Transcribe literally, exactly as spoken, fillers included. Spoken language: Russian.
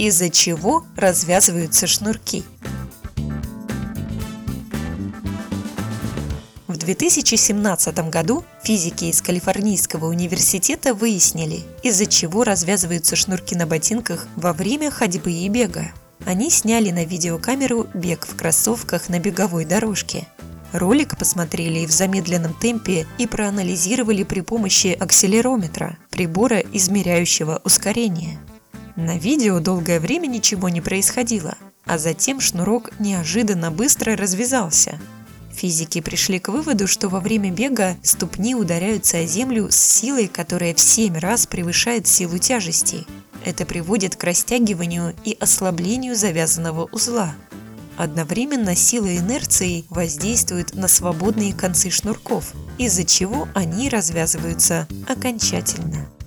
Из-за чего развязываются шнурки? В две тысячи семнадцатом году физики из Калифорнийского университета выяснили, из-за чего развязываются шнурки на ботинках во время ходьбы и бега. Они сняли на видеокамеру бег в кроссовках на беговой дорожке. Ролик посмотрели в замедленном темпе и проанализировали при помощи акселерометра, прибора, измеряющего ускорение. На видео долгое время ничего не происходило, а затем шнурок неожиданно быстро развязался. Физики пришли к выводу, что во время бега ступни ударяются о землю с силой, которая в семь раз превышает силу тяжести. Это приводит к растягиванию и ослаблению завязанного узла. Одновременно сила инерции воздействует на свободные концы шнурков, из-за чего они развязываются окончательно.